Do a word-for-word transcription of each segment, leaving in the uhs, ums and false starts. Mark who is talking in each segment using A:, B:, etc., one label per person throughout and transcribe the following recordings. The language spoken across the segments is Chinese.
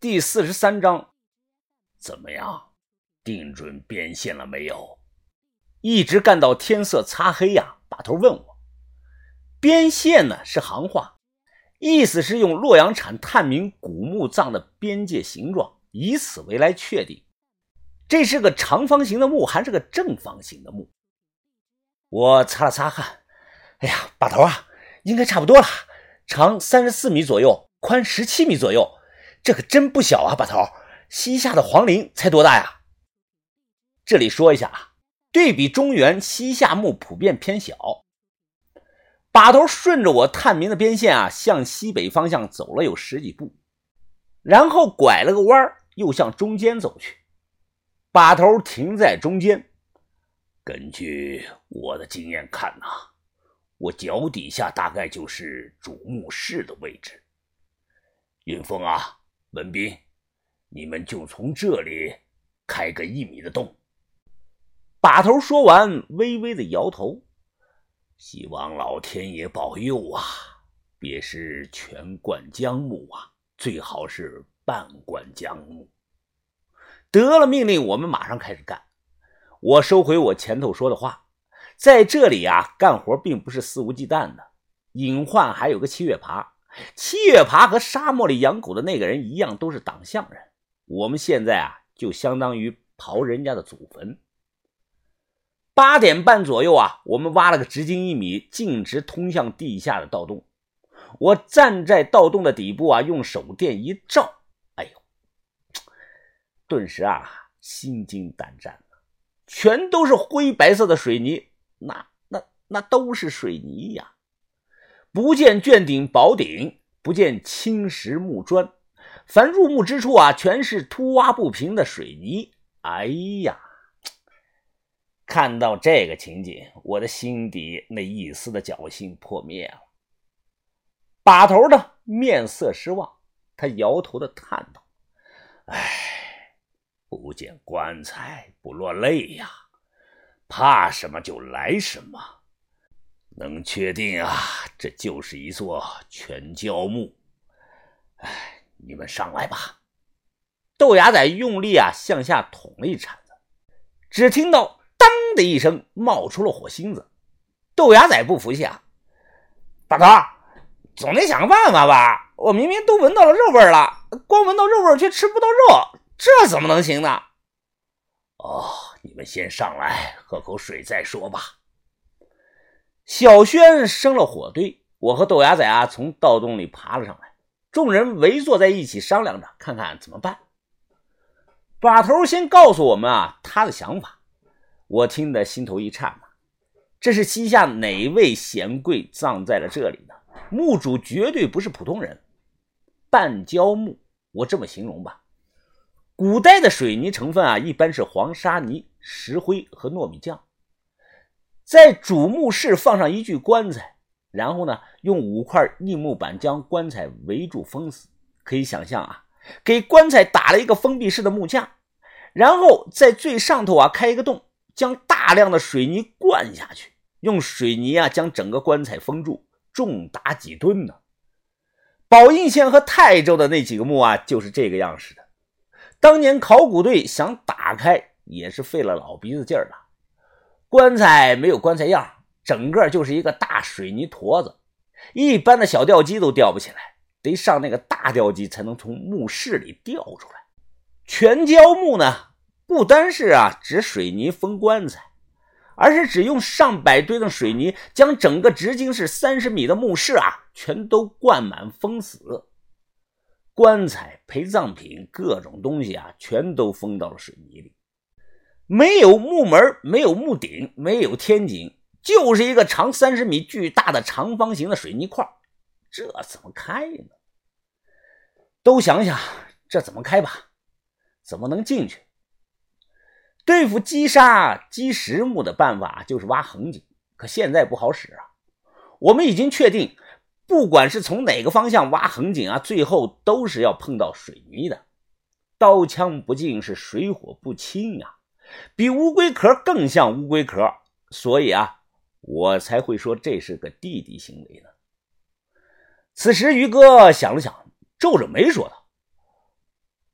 A: 第四十三章。
B: 怎么样，定准边线了没有？
A: 一直干到天色擦黑呀、啊，把头问我。边线呢是行话，意思是用洛阳铲探明古墓葬的边界形状，以此为来确定这是个长方形的墓还是个正方形的墓。我擦了擦汗，哎呀，把头啊，应该差不多了，长三十四米左右，宽十七米左右，这可真不小啊，把头，西夏的皇陵才多大呀？这里说一下啊，对比中原，西夏墓普遍偏小。把头顺着我探明的边线啊，向西北方向走了有十几步，然后拐了个弯，又向中间走去。把头停在中间。
B: 根据我的经验看呐、啊，我脚底下大概就是主墓室的位置。云峰啊，文斌，你们就从这里开个一米的洞。
A: 把头说完，微微的摇头。
B: 希望老天爷保佑啊，别是全灌浆木啊，最好是半灌浆木。
A: 得了命令，我们马上开始干。我收回我前头说的话，在这里啊，干活并不是肆无忌惮的，隐患还有个七月爬。七月爬和沙漠里养狗的那个人一样，都是党项人。我们现在啊，就相当于刨人家的祖坟。八点半左右啊，我们挖了个直径一米、径直通向地下的盗洞。我站在盗洞的底部啊，用手电一照，哎呦，顿时啊，心惊胆战了。全都是灰白色的水泥，那那那都是水泥呀！不见卷顶宝顶，不见青石木砖，凡入墓之处啊，全是凸洼不平的水泥。哎呀！看到这个情景，我的心底那一丝的侥幸破灭了。把头的面色失望，他摇头的叹道：
B: 唉，不见棺材不落泪呀，怕什么就来什么。能确定啊，这就是一座全焦墓。唉，你们上来吧。
A: 豆芽仔用力啊向下捅了一铲子，只听到当的一声，冒出了火星子。豆芽仔不服气啊，大头，总得想个办法吧？我明明都闻到了肉味了，光闻到肉味却吃不到肉，这怎么能行呢？
B: 哦，你们先上来喝口水再说吧。
A: 小轩生了火堆，我和豆芽仔啊从盗洞里爬了上来，众人围坐在一起商量着看看怎么办。把头先告诉我们啊他的想法，我听得心头一颤嘛。这是西夏哪位贤贵葬在了这里的？墓主绝对不是普通人。半焦墓，我这么形容吧，古代的水泥成分啊，一般是黄沙泥、石灰和糯米酱。在主墓室放上一具棺材，然后呢，用五块硬木板将棺材围住封死。可以想象啊，给棺材打了一个封闭式的木架，然后在最上头啊开一个洞，将大量的水泥灌下去，用水泥啊将整个棺材封住，重达几吨呢。宝应县和泰州的那几个墓啊，就是这个样式的。当年考古队想打开，也是费了老鼻子劲儿了。棺材没有棺材样，整个就是一个大水泥坨子，一般的小吊机都吊不起来，得上那个大吊机才能从墓室里吊出来。全焦墓呢，不单是啊指水泥封棺材，而是指用上百吨的水泥将整个直径是三十米的墓室啊全都灌满封死。棺材、陪葬品各种东西啊全都封到了水泥里。没有木门，没有木顶，没有天井，就是一个长三十米巨大的长方形的水泥块，这怎么开呢？都想想这怎么开吧，怎么能进去？对付积沙积石墓的办法就是挖横井，可现在不好使啊。我们已经确定，不管是从哪个方向挖横井啊，最后都是要碰到水泥的。刀枪不进，是水火不侵啊，比乌龟壳更像乌龟壳，所以啊，我才会说这是个弟弟行为呢。此时于哥想了想，皱着眉说道：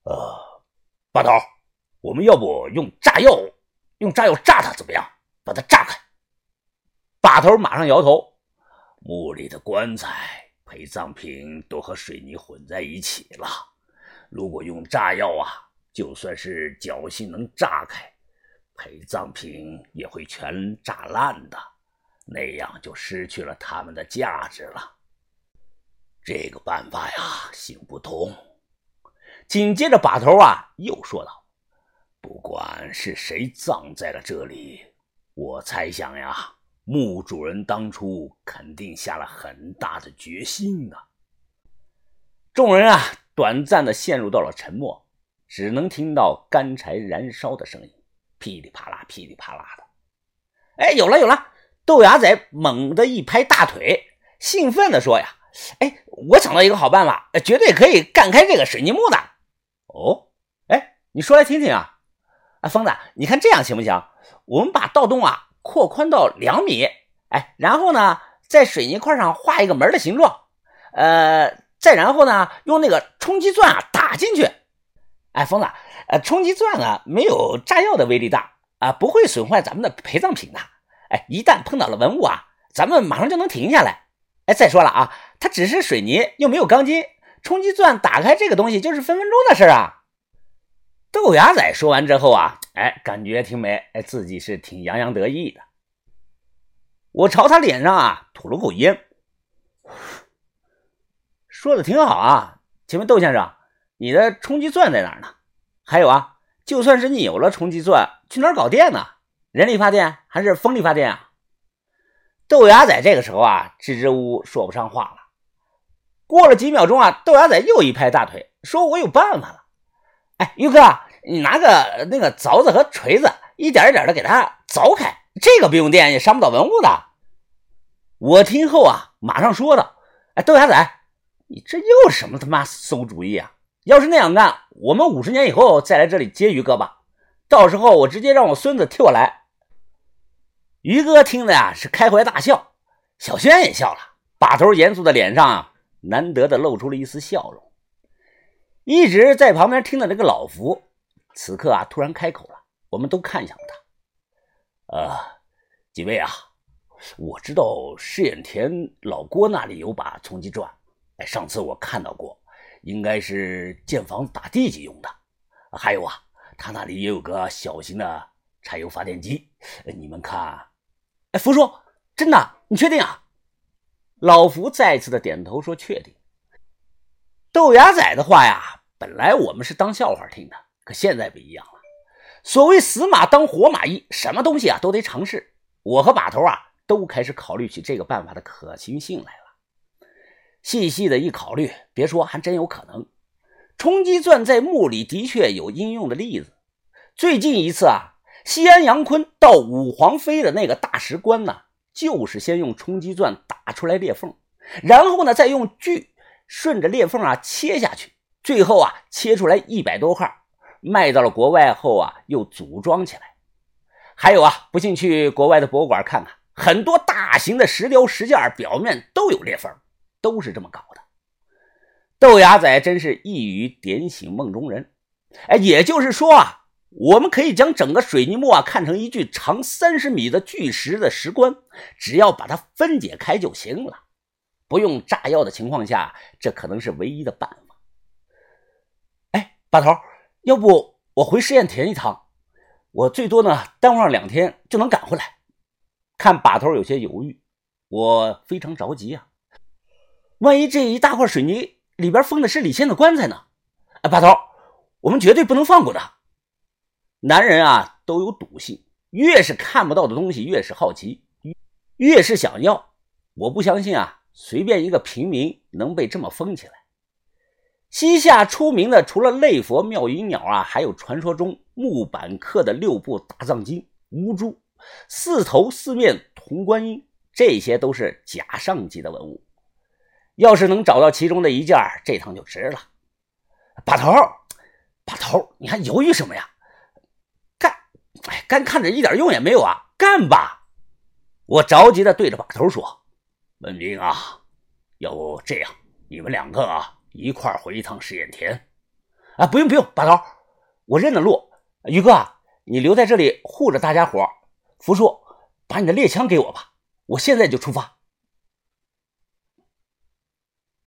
B: 呃，把头，我们要不用炸药，用炸药炸它怎么样？把它炸开。
A: 把头马上摇头，
B: 墓里的棺材、陪葬品都和水泥混在一起了，如果用炸药啊，就算是侥幸能炸开，陪葬品也会全炸烂的，那样就失去了它们的价值了。这个办法呀，行不通。
A: 紧接着把头啊又说道，
B: 不管是谁葬在了这里，我猜想呀，墓主人当初肯定下了很大的决心啊。
A: 众人啊短暂的陷入到了沉默，只能听到干柴燃烧的声音，噼里啪啦噼里啪啦的。哎，有了有了，豆芽仔猛地一拍大腿，兴奋地说呀，哎，我想到一个好办法，绝对可以干开这个水泥墓的。哦，哎，你说来听听啊。啊，疯子，你看这样行不行？我们把盗洞啊扩宽到两米，哎，然后呢，在水泥块上画一个门的形状，呃，再然后呢，用那个冲击钻啊打进去。哎，疯子，呃，冲击钻啊没有炸药的威力大啊，不会损坏咱们的陪葬品的。哎，一旦碰到了文物啊，咱们马上就能停下来。哎，再说了啊，它只是水泥，又没有钢筋，冲击钻打开这个东西就是分分钟的事啊。豆芽仔说完之后啊，哎，感觉挺美，哎，自己是挺洋洋得意的。我朝他脸上啊吐了口烟，说的挺好啊。请问窦先生，你的冲击钻在哪儿呢？还有啊，就算是你有了冲击钻，去哪儿搞电呢？人力发电还是风力发电啊？豆芽仔这个时候啊，支支吾吾说不上话了。过了几秒钟啊，豆芽仔又一拍大腿，说我有办法了。哎，于哥，你拿个那个凿子和锤子，一点一点的给它凿开，这个不用电也伤不到文物的。我听后啊，马上说道：“哎，豆芽仔，你这又是什么他妈馊主意啊？要是那样干，我们五十年以后再来这里接于哥吧，到时候我直接让我孙子替我来。”于哥听的呀是开怀大笑，小轩也笑了，把头严肃的脸上啊难得的露出了一丝笑容。一直在旁边听的这个老福，此刻啊突然开口了，我们都看向他。
B: 呃，几位啊，我知道试验田老郭那里有把冲击钻，哎，上次我看到过，应该是建房打地基用的。还有啊，他那里也有个小型的柴油发电机，你们看。
A: 哎，福叔，真的？你确定啊？老福再次的点头说确定。豆芽仔的话呀，本来我们是当笑话听的，可现在不一样了。所谓死马当活马医，什么东西啊都得尝试。我和把头啊都开始考虑起这个办法的可行性来了。细细的一考虑，别说还真有可能。冲击钻在墓里的确有应用的例子。最近一次啊，西安杨坤到武皇妃的那个大石棺呢，就是先用冲击钻打出来裂缝，然后呢再用锯顺着裂缝啊切下去，最后啊切出来一百多块，卖到了国外后啊又组装起来。还有啊，不信去国外的博物馆看看，很多大型的石雕石件表面都有裂缝，都是这么搞的。豆芽仔真是一语点醒梦中人。哎，也就是说啊，我们可以将整个水泥墓啊看成一具长三十米的巨石的石棺，只要把它分解开就行了。不用炸药的情况下，这可能是唯一的办法。哎，把头，要不我回试验田一趟，我最多呢耽误上两天就能赶回来。看把头有些犹豫，我非常着急啊。万一这一大块水泥里边封的是李现的棺材呢？哎，把头，我们绝对不能放过的。男人啊都有赌性，越是看不到的东西越是好奇，越是想要。我不相信啊随便一个平民能被这么封起来。西夏出名的除了类佛妙云鸟啊，还有传说中木板刻的六部大藏经、乌珠、四头四面铜观音，这些都是假上级的文物。要是能找到其中的一件，这趟就值了。把头，把头，你还犹豫什么呀？干，哎，干看着一点用也没有啊，干吧！我着急的对着把头说：“
B: 文斌啊，要不这样，你们两个啊一块回一趟试验田。
A: 啊，不用不用，把头，我认得路。于哥，你留在这里护着大家伙。福叔，把你的猎枪给我吧，我现在就出发。